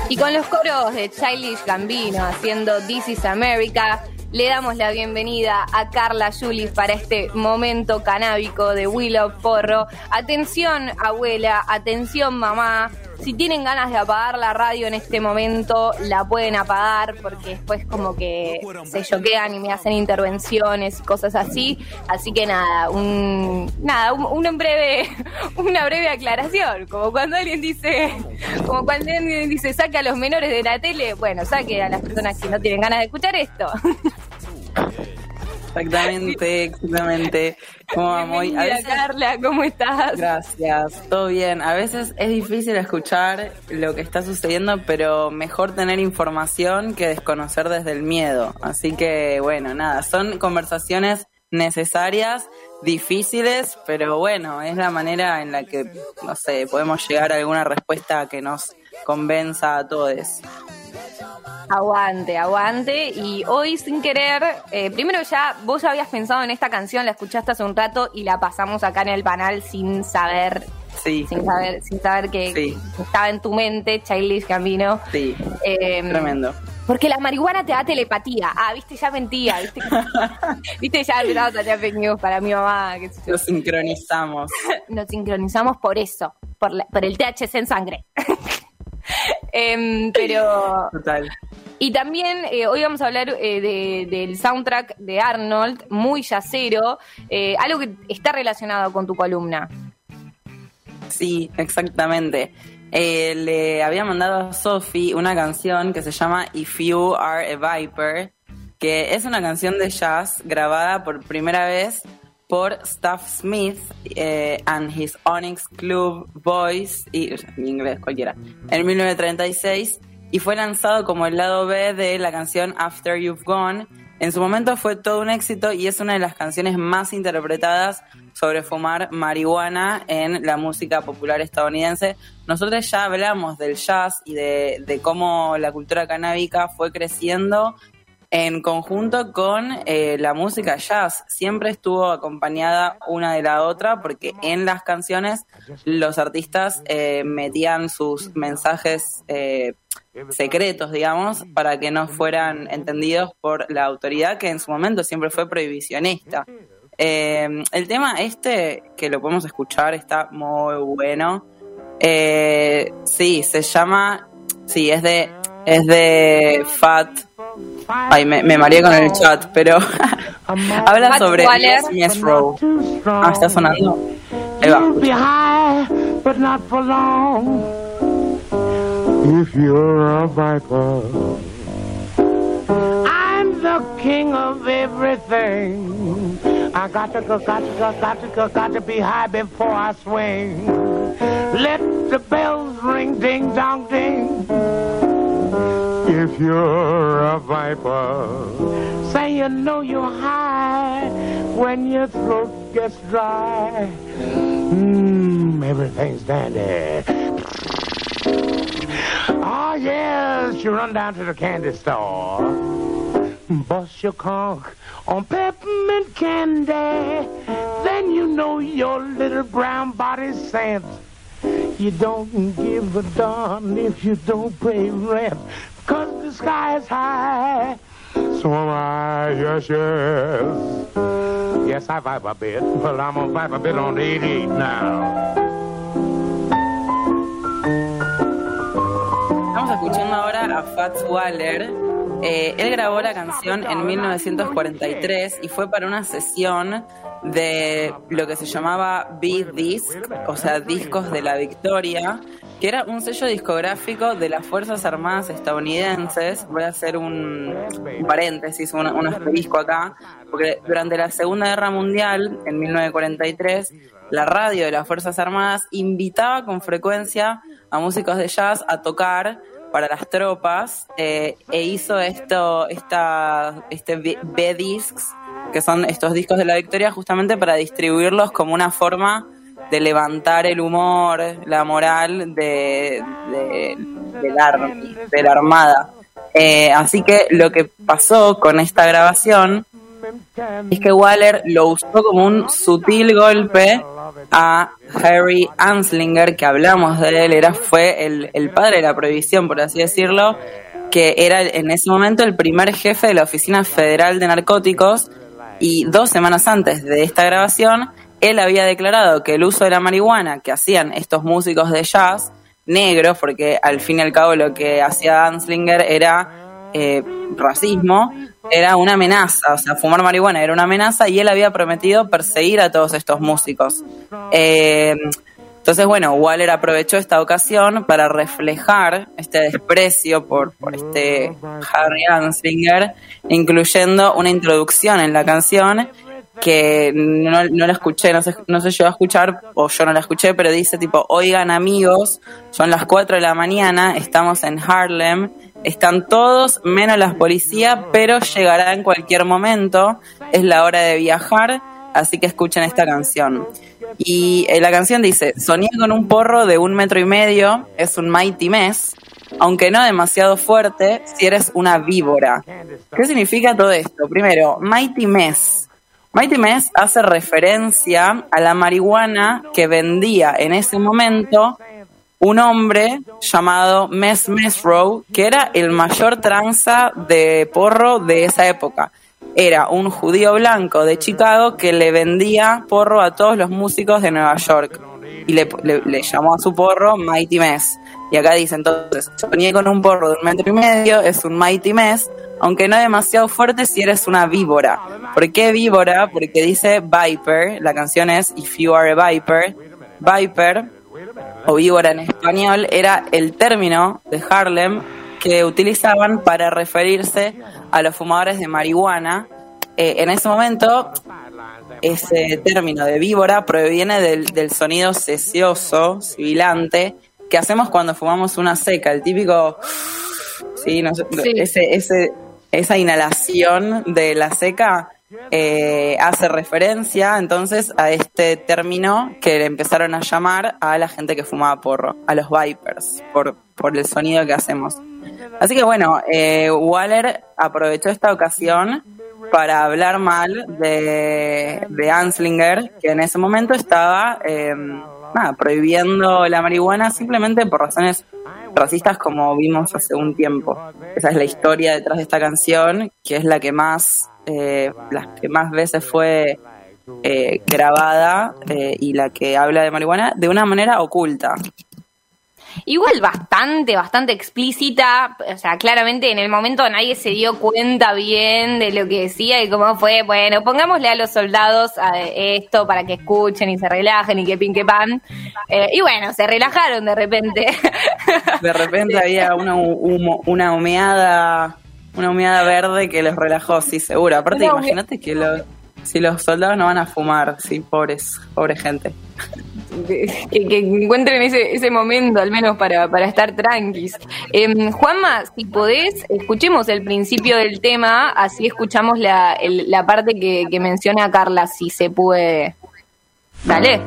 Y con los coros de Childish Gambino haciendo This is America, le damos la bienvenida a Carla Julis para este momento canábico de Willow Porro. Atención, abuela, atención, mamá. Si tienen ganas de apagar la radio en este momento, la pueden apagar porque después como que se choquean y me hacen intervenciones y cosas así. Así que nada, una breve aclaración. Como cuando alguien dice, saque a los menores de la tele, bueno, saque a las personas que no tienen ganas de escuchar esto. Exactamente. ¿Cómo vamos? A veces, Carla, ¿cómo estás? Gracias, todo bien. A veces es difícil escuchar lo que está sucediendo, pero mejor tener información que desconocer desde el miedo. Así que, bueno, nada, son conversaciones necesarias, difíciles, pero bueno, es la manera en la que, no sé, podemos llegar a alguna respuesta que nos convenza a todos. Aguante. Y hoy sin querer, primero vos ya habías pensado en esta canción, la escuchaste hace un rato y la pasamos acá en el panel sin saber que estaba en tu mente, Childish Gambino. Sí, tremendo. Porque la marihuana te da telepatía. Viste, ya mentía, viste, ya empezaba a salir fake news para mi mamá. Qué sé yo. Nos sincronizamos. Nos sincronizamos por eso, por el THC en sangre. Pero total. Y también hoy vamos a hablar del soundtrack de Arnold, muy yacero, algo que está relacionado con tu columna. Sí, exactamente. Le había mandado a Sophie una canción que se llama If You Are a Viper, que es una canción de jazz grabada por primera vez por Staff Smith and His Onyx Club Boys, y en inglés cualquiera, en 1936, y fue lanzado como el lado B de la canción After You've Gone. En su momento fue todo un éxito y es una de las canciones más interpretadas sobre fumar marihuana en la música popular estadounidense. Nosotros ya hablamos del jazz y de cómo la cultura canábica fue creciendo en conjunto con la música jazz. Siempre estuvo acompañada una de la otra porque en las canciones los artistas metían sus mensajes secretos, digamos, para que no fueran entendidos por la autoridad, que en su momento siempre fue prohibicionista. El tema que lo podemos escuchar, está muy bueno. Sí, se llama... Sí, es de Fat... Ay, me mareé con el chat, pero habla sobre Smith Row. Está sonando. Ahí va. If you're a viper, I'm the king of everything. I got to be high before I swing. Let the bells ring, ding dong ding. If you're a viper, say you know you're high when your throat gets dry. Everything's dandy. Oh yes, you run down to the candy store, bust your conch on peppermint candy, then you know your little brown body's sent. You don't give a darn if you don't pay rent, 'cause the sky is high. So am I, yes. Yes, I vibe a bit, but I'm gonna vibe a bit on the 88 now. Estamos escuchando ahora a Fats Waller. Él grabó la canción en 1943 y fue para una sesión de lo que se llamaba B-Disc, o sea, Discos de la Victoria, que era un sello discográfico de las Fuerzas Armadas estadounidenses. Voy a hacer un paréntesis, un asterisco acá, porque durante la Segunda Guerra Mundial, en 1943, la radio de las Fuerzas Armadas invitaba con frecuencia a músicos de jazz a tocar para las tropas, e hizo este B-Discs, que son estos discos de la Victoria, justamente para distribuirlos como una forma de levantar el humor, la moral de la Armada. Así que lo que pasó con esta grabación es que Waller lo usó como un sutil golpe a Harry Anslinger, que hablamos de él, fue el padre de la prohibición, por así decirlo, que era en ese momento el primer jefe de la Oficina Federal de Narcóticos, y 2 semanas antes de esta grabación, él había declarado que el uso de la marihuana que hacían estos músicos de jazz negros, porque al fin y al cabo lo que hacía Anslinger era racismo, era una amenaza, o sea, fumar marihuana era una amenaza, y él había prometido perseguir a todos estos músicos. Entonces, bueno, Waller aprovechó esta ocasión para reflejar este desprecio por este Harry Anslinger, incluyendo una introducción en la canción que no la escuché, no se llegó a escuchar, o yo no la escuché, pero dice tipo: oigan amigos, son las 4 de la mañana, estamos en Harlem, están todos menos las policías, pero llegará en cualquier momento, es la hora de viajar, así que escuchen esta canción. Y la canción dice: soñé con un porro de 1,5 metros, es un mighty mess, aunque no demasiado fuerte, si eres una víbora. ¿Qué significa todo esto? Primero, mighty mess. Mighty Mess hace referencia a la marihuana que vendía en ese momento un hombre llamado Mess Mesrow, que era el mayor tranza de porro de esa época. Era un judío blanco de Chicago que le vendía porro a todos los músicos de Nueva York. Y le llamó a su porro Mighty Mess. Y acá dice entonces: soñé con un porro de 1,5 metros, es un Mighty Mess, aunque no demasiado fuerte si eres una víbora. ¿Por qué víbora? Porque dice Viper, la canción es If You Are a Viper. Viper, o víbora en español, era el término de Harlem que utilizaban para referirse a los fumadores de marihuana. En ese momento, ese término de víbora proviene del sonido sesioso, sibilante, que hacemos cuando fumamos una seca, el típico... Sí, no sé, sí. Esa inhalación de la seca hace referencia entonces a este término que le empezaron a llamar a la gente que fumaba porro, a los Vipers, por el sonido que hacemos. Así que bueno, Waller aprovechó esta ocasión para hablar mal de Anslinger, que en ese momento estaba prohibiendo la marihuana simplemente por razones racistas, como vimos hace un tiempo. Esa es la historia detrás de esta canción, que es la que más veces fue grabada y la que habla de marihuana de una manera oculta. Igual bastante explícita, o sea, claramente en el momento nadie se dio cuenta bien de lo que decía y cómo fue, bueno, pongámosle a los soldados esto para que escuchen y se relajen y que pin que pan, y bueno, se relajaron de repente. De repente había una humeada verde que los relajó, sí, seguro. Aparte, imagínate que si los soldados no van a fumar, sí, pobre gente. Que encuentren ese momento al menos para estar tranquis. Juanma, si podés, escuchemos el principio del tema, así escuchamos la parte que menciona Carla, si se puede. Dale.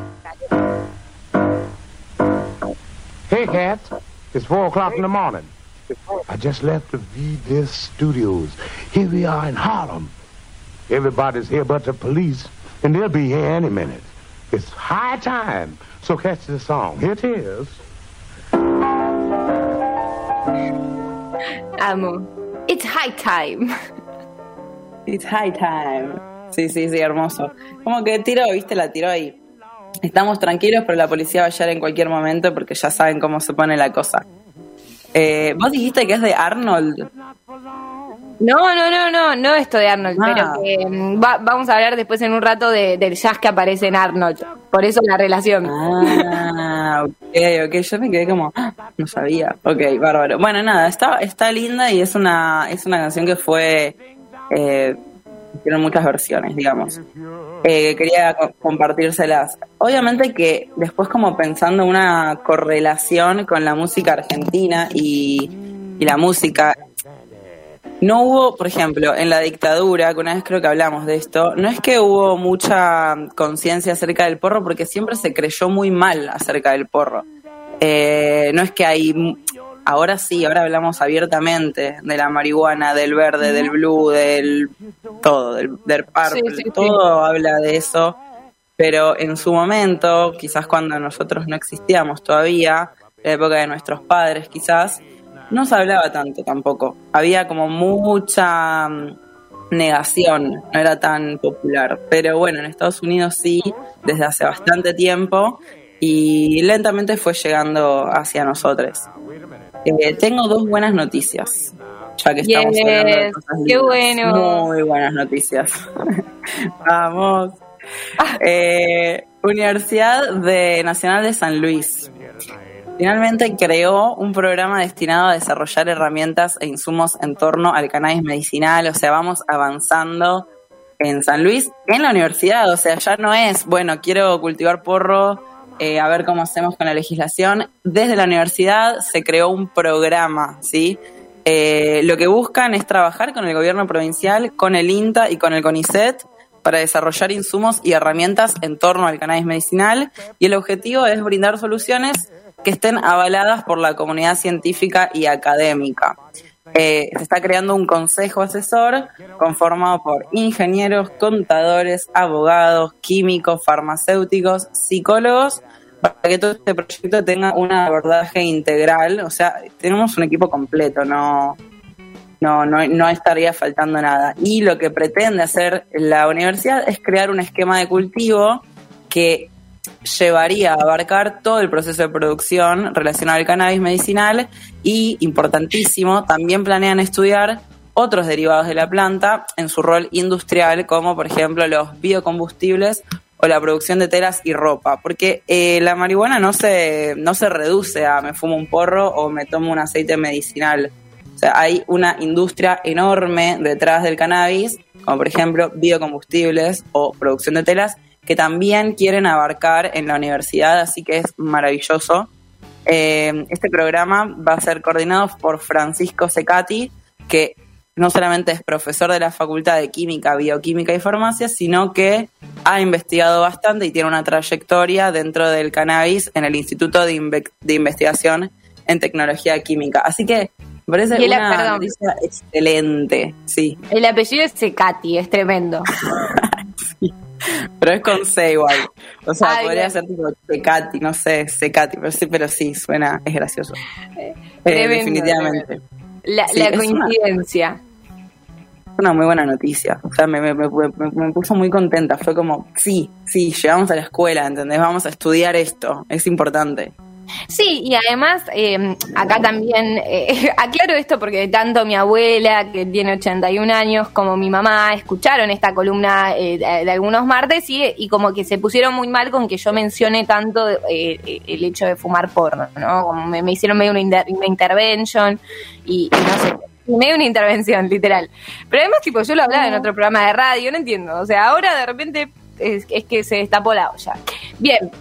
Hey cats, it's 4:00 in the morning. I just left the VDIS Studios. Here we are in Harlem. Everybody's here but the police, and they'll be here any minute. It's high time, so catch the song. Here it is. Amo. It's high time. It's high time. Sí, hermoso. Como que la tiró ahí. Estamos tranquilos, pero la policía va a llegar en cualquier momento porque ya saben cómo se pone la cosa. Vos dijiste que es de Arnold. No esto de Arnold, pero que vamos a hablar después en un rato del jazz que aparece en Arnold, por eso la relación. Ok, yo me quedé como, no sabía. Ok, bárbaro. Bueno, nada, está linda y es una canción que fue, tiene muchas versiones, digamos. Quería compartírselas. Obviamente que después, como pensando una correlación con la música argentina y la música, no hubo, por ejemplo, en la dictadura, que una vez creo que hablamos de esto, no es que hubo mucha conciencia acerca del porro, porque siempre se creyó muy mal acerca del porro. No es que hay... Ahora sí, ahora hablamos abiertamente de la marihuana, del verde, del blue, del todo, del purple, Sí. todo habla de eso, pero en su momento, quizás cuando nosotros no existíamos todavía, en la época de nuestros padres quizás, no se hablaba tanto tampoco. Había como mucha negación, no era tan popular. Pero bueno, en Estados Unidos sí, desde hace bastante tiempo, y lentamente fue llegando hacia nosotros. Tengo 2 buenas noticias, ya que estamos hablando de cosas lindas. ¡Qué bueno! Muy buenas noticias. Vamos. Universidad Nacional de San Luis finalmente creó un programa destinado a desarrollar herramientas e insumos en torno al cannabis medicinal. O sea, vamos avanzando en San Luis, en la universidad. O sea, ya no es, bueno, quiero cultivar porro, a ver cómo hacemos con la legislación. Desde la universidad se creó un programa, ¿sí? Lo que buscan es trabajar con el gobierno provincial, con el INTA y con el CONICET para desarrollar insumos y herramientas en torno al cannabis medicinal, y el objetivo es brindar soluciones que estén avaladas por la comunidad científica y académica. Se está creando un consejo asesor conformado por ingenieros, contadores, abogados, químicos, farmacéuticos, psicólogos, para que todo este proyecto tenga un abordaje integral. O sea, tenemos un equipo completo, no estaría faltando nada. Y lo que pretende hacer la universidad es crear un esquema de cultivo que llevaría a abarcar todo el proceso de producción relacionado al cannabis medicinal, y, importantísimo, también planean estudiar otros derivados de la planta en su rol industrial, como por ejemplo los biocombustibles o la producción de telas y ropa, porque la marihuana no se reduce a me fumo un porro o me tomo un aceite medicinal. O sea, hay una industria enorme detrás del cannabis, como por ejemplo biocombustibles o producción de telas, que también quieren abarcar en la universidad, así que es maravilloso. Este programa va a ser coordinado por Francisco Secati, que no solamente es profesor de la Facultad de Química, Bioquímica y Farmacia, sino que ha investigado bastante y tiene una trayectoria dentro del cannabis en el Instituto de Investigación en Tecnología Química. Así que me parece una noticia excelente. Sí. El apellido es Secati, es tremendo. Sí. Pero es con C igual. O sea, podría ser tipo Secati, no sé, Secati, pero sí, suena, es gracioso. Definitivamente. La coincidencia. Una muy buena noticia. O sea, me puso muy contenta. Fue como, sí, llegamos a la escuela, ¿entendés? Vamos a estudiar esto, es importante. Sí, y además, acá también, aclaro esto porque tanto mi abuela, que tiene 81 años, como mi mamá escucharon esta columna de algunos martes y como que se pusieron muy mal con que yo mencione tanto el hecho de fumar porno, ¿no? Como me hicieron medio una intervention y no sé, medio una intervención, literal. Pero además, tipo, yo lo hablaba en otro programa de radio, no entiendo. O sea, ahora de repente es que se destapó la olla. Bien.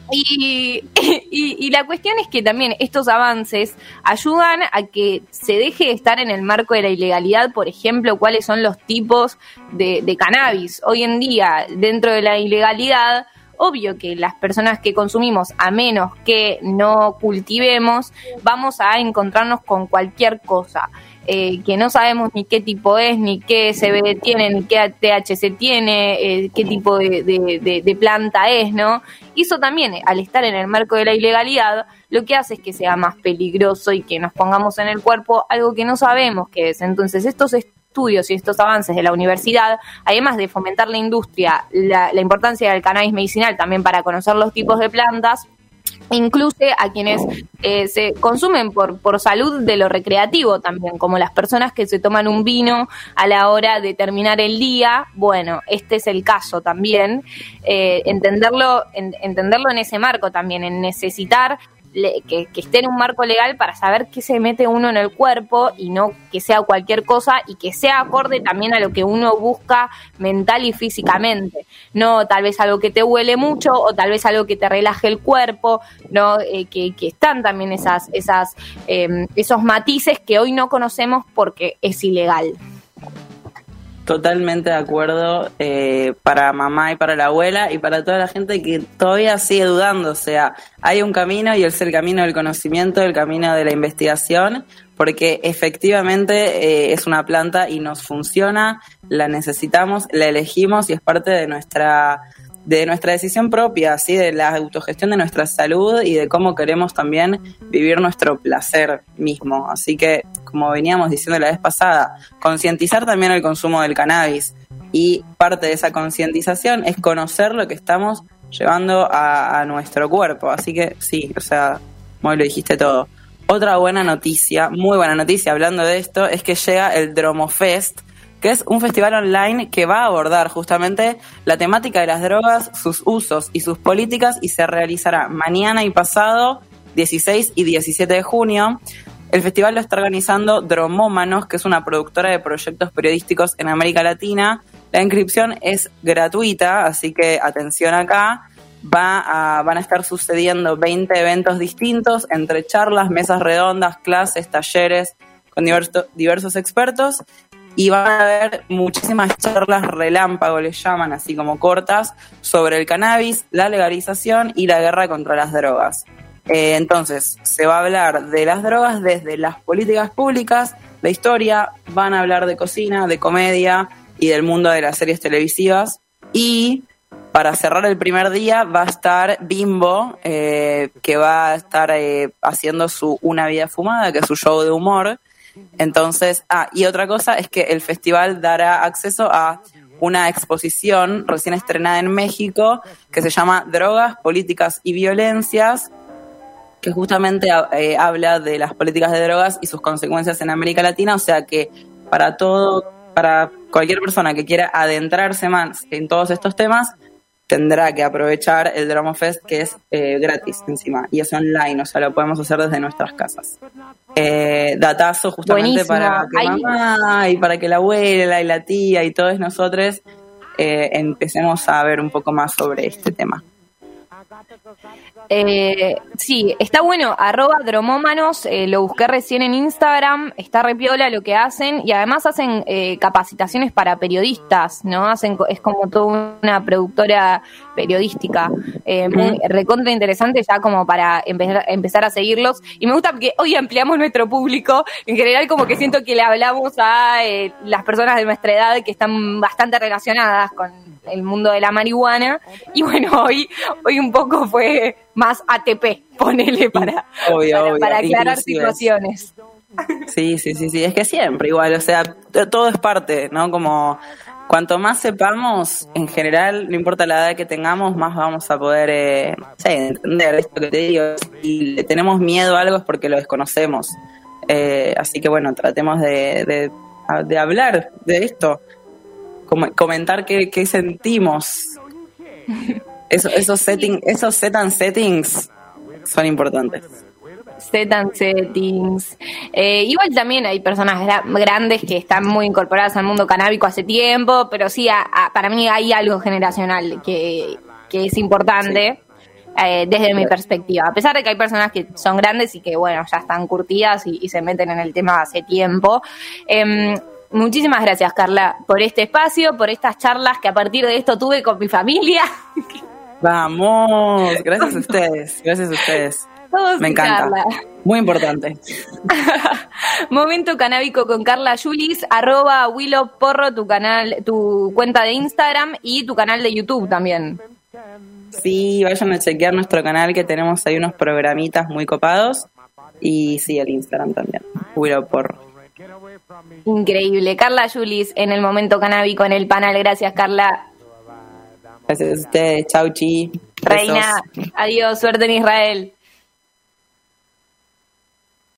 Y la cuestión es que también estos avances ayudan a que se deje de estar en el marco de la ilegalidad, por ejemplo, cuáles son los tipos de cannabis. Hoy en día, dentro de la ilegalidad, obvio que las personas que consumimos, a menos que no cultivemos, vamos a encontrarnos con cualquier cosa. Que no sabemos ni qué tipo es, ni qué CBD tiene, ni qué THC tiene, qué tipo de planta es, ¿no? Y eso también, al estar en el marco de la ilegalidad, lo que hace es que sea más peligroso y que nos pongamos en el cuerpo algo que no sabemos qué es. Entonces, estos estudios y estos avances de la universidad, además de fomentar la industria, la importancia del cannabis medicinal también para conocer los tipos de plantas, incluso a quienes se consumen por salud de lo recreativo también, como las personas que se toman un vino a la hora de terminar el día. Bueno, este es el caso también, entenderlo en ese marco también, en necesitar que esté en un marco legal para saber qué se mete uno en el cuerpo y no que sea cualquier cosa, y que sea acorde también a lo que uno busca mental y físicamente, no tal vez algo que te huele mucho o tal vez algo que te relaje el cuerpo, no que están también esos matices que hoy no conocemos porque es ilegal. Totalmente de acuerdo, para mamá y para la abuela y para toda la gente que todavía sigue dudando. O sea, hay un camino y es el camino del conocimiento, el camino de la investigación, porque efectivamente es una planta y nos funciona. la necesitamos, la elegimos y es parte de nuestra decisión propia, ¿sí? De la autogestión de nuestra salud y de cómo queremos también vivir nuestro placer mismo. Así que, como veníamos diciendo la vez pasada, concientizar también el consumo del cannabis, y parte de esa concientización es conocer lo que estamos llevando a nuestro cuerpo. Así que sí, o sea, muy lo dijiste todo. Otra buena noticia, muy buena noticia hablando de esto, es que llega el Dromofest, que es un festival online que va a abordar justamente la temática de las drogas, sus usos y sus políticas, y se realizará mañana y pasado, 16 y 17 de junio. El festival lo está organizando Dromómanos, que es una productora de proyectos periodísticos en América Latina. La inscripción es gratuita, así que atención acá. Van a estar sucediendo 20 eventos distintos, entre charlas, mesas redondas, clases, talleres con diversos expertos. Y van a haber muchísimas charlas relámpago, les llaman, así como cortas, sobre el cannabis, la legalización y la guerra contra las drogas. Entonces, se va a hablar de las drogas desde las políticas públicas, de historia, van a hablar de cocina, de comedia y del mundo de las series televisivas. Y para cerrar el primer día va a estar Bimbo, que va a estar haciendo su Una Vida Fumada, que es su show de humor. Entonces, y otra cosa es que el festival dará acceso a una exposición recién estrenada en México que se llama Drogas, Políticas y Violencias, que justamente habla de las políticas de drogas y sus consecuencias en América Latina. O sea que para cualquier persona que quiera adentrarse más en todos estos temas, tendrá que aprovechar el Dromofest, que es gratis encima, y es online, o sea, lo podemos hacer desde nuestras casas. Datazo justamente Buenísimo. Para que mamá y para que la abuela y la tía y todos nosotros empecemos a ver un poco más sobre este tema. Sí, está bueno, @dromómanos, lo busqué recién en Instagram, está re piola lo que hacen, y además hacen capacitaciones para periodistas, ¿no? Es como toda una productora periodística, muy recontra interesante, ya como para empezar a seguirlos. Y me gusta porque hoy ampliamos nuestro público, en general como que siento que le hablamos a las personas de nuestra edad que están bastante relacionadas con el mundo de la marihuana, y bueno, hoy un poco fue más ATP, ponele para aclarar situaciones. Sí, es que siempre igual, o sea, todo es parte, ¿no? Como cuanto más sepamos, en general, no importa la edad que tengamos, más vamos a poder entender esto que te digo. Si le tenemos miedo a algo es porque lo desconocemos. Así que bueno, tratemos de hablar de esto, comentar qué sentimos. Esos settings son importantes. Settings. Igual también hay personas grandes que están muy incorporadas al mundo canábico hace tiempo, pero sí, para mí hay algo generacional que es importante, desde mi perspectiva. A pesar de que hay personas que son grandes y que, bueno, ya están curtidas y se meten en el tema hace tiempo. Muchísimas gracias, Carla, por este espacio, por estas charlas que a partir de esto tuve con mi familia. Vamos, gracias a ustedes. Todos. Me encanta. Carla. Muy importante. Momento canábico con Carla Yulis, @WillowPorro, tu cuenta de Instagram y tu canal de YouTube también. Sí, vayan a chequear nuestro canal, que tenemos ahí unos programitas muy copados. Y sí, el Instagram también, WillowPorro. Increíble. Carla Yulis en el Momento Canábico en el panel. Gracias, Carla. Gracias a ustedes. Chau, chi. Reina. Adiós. Suerte en Israel.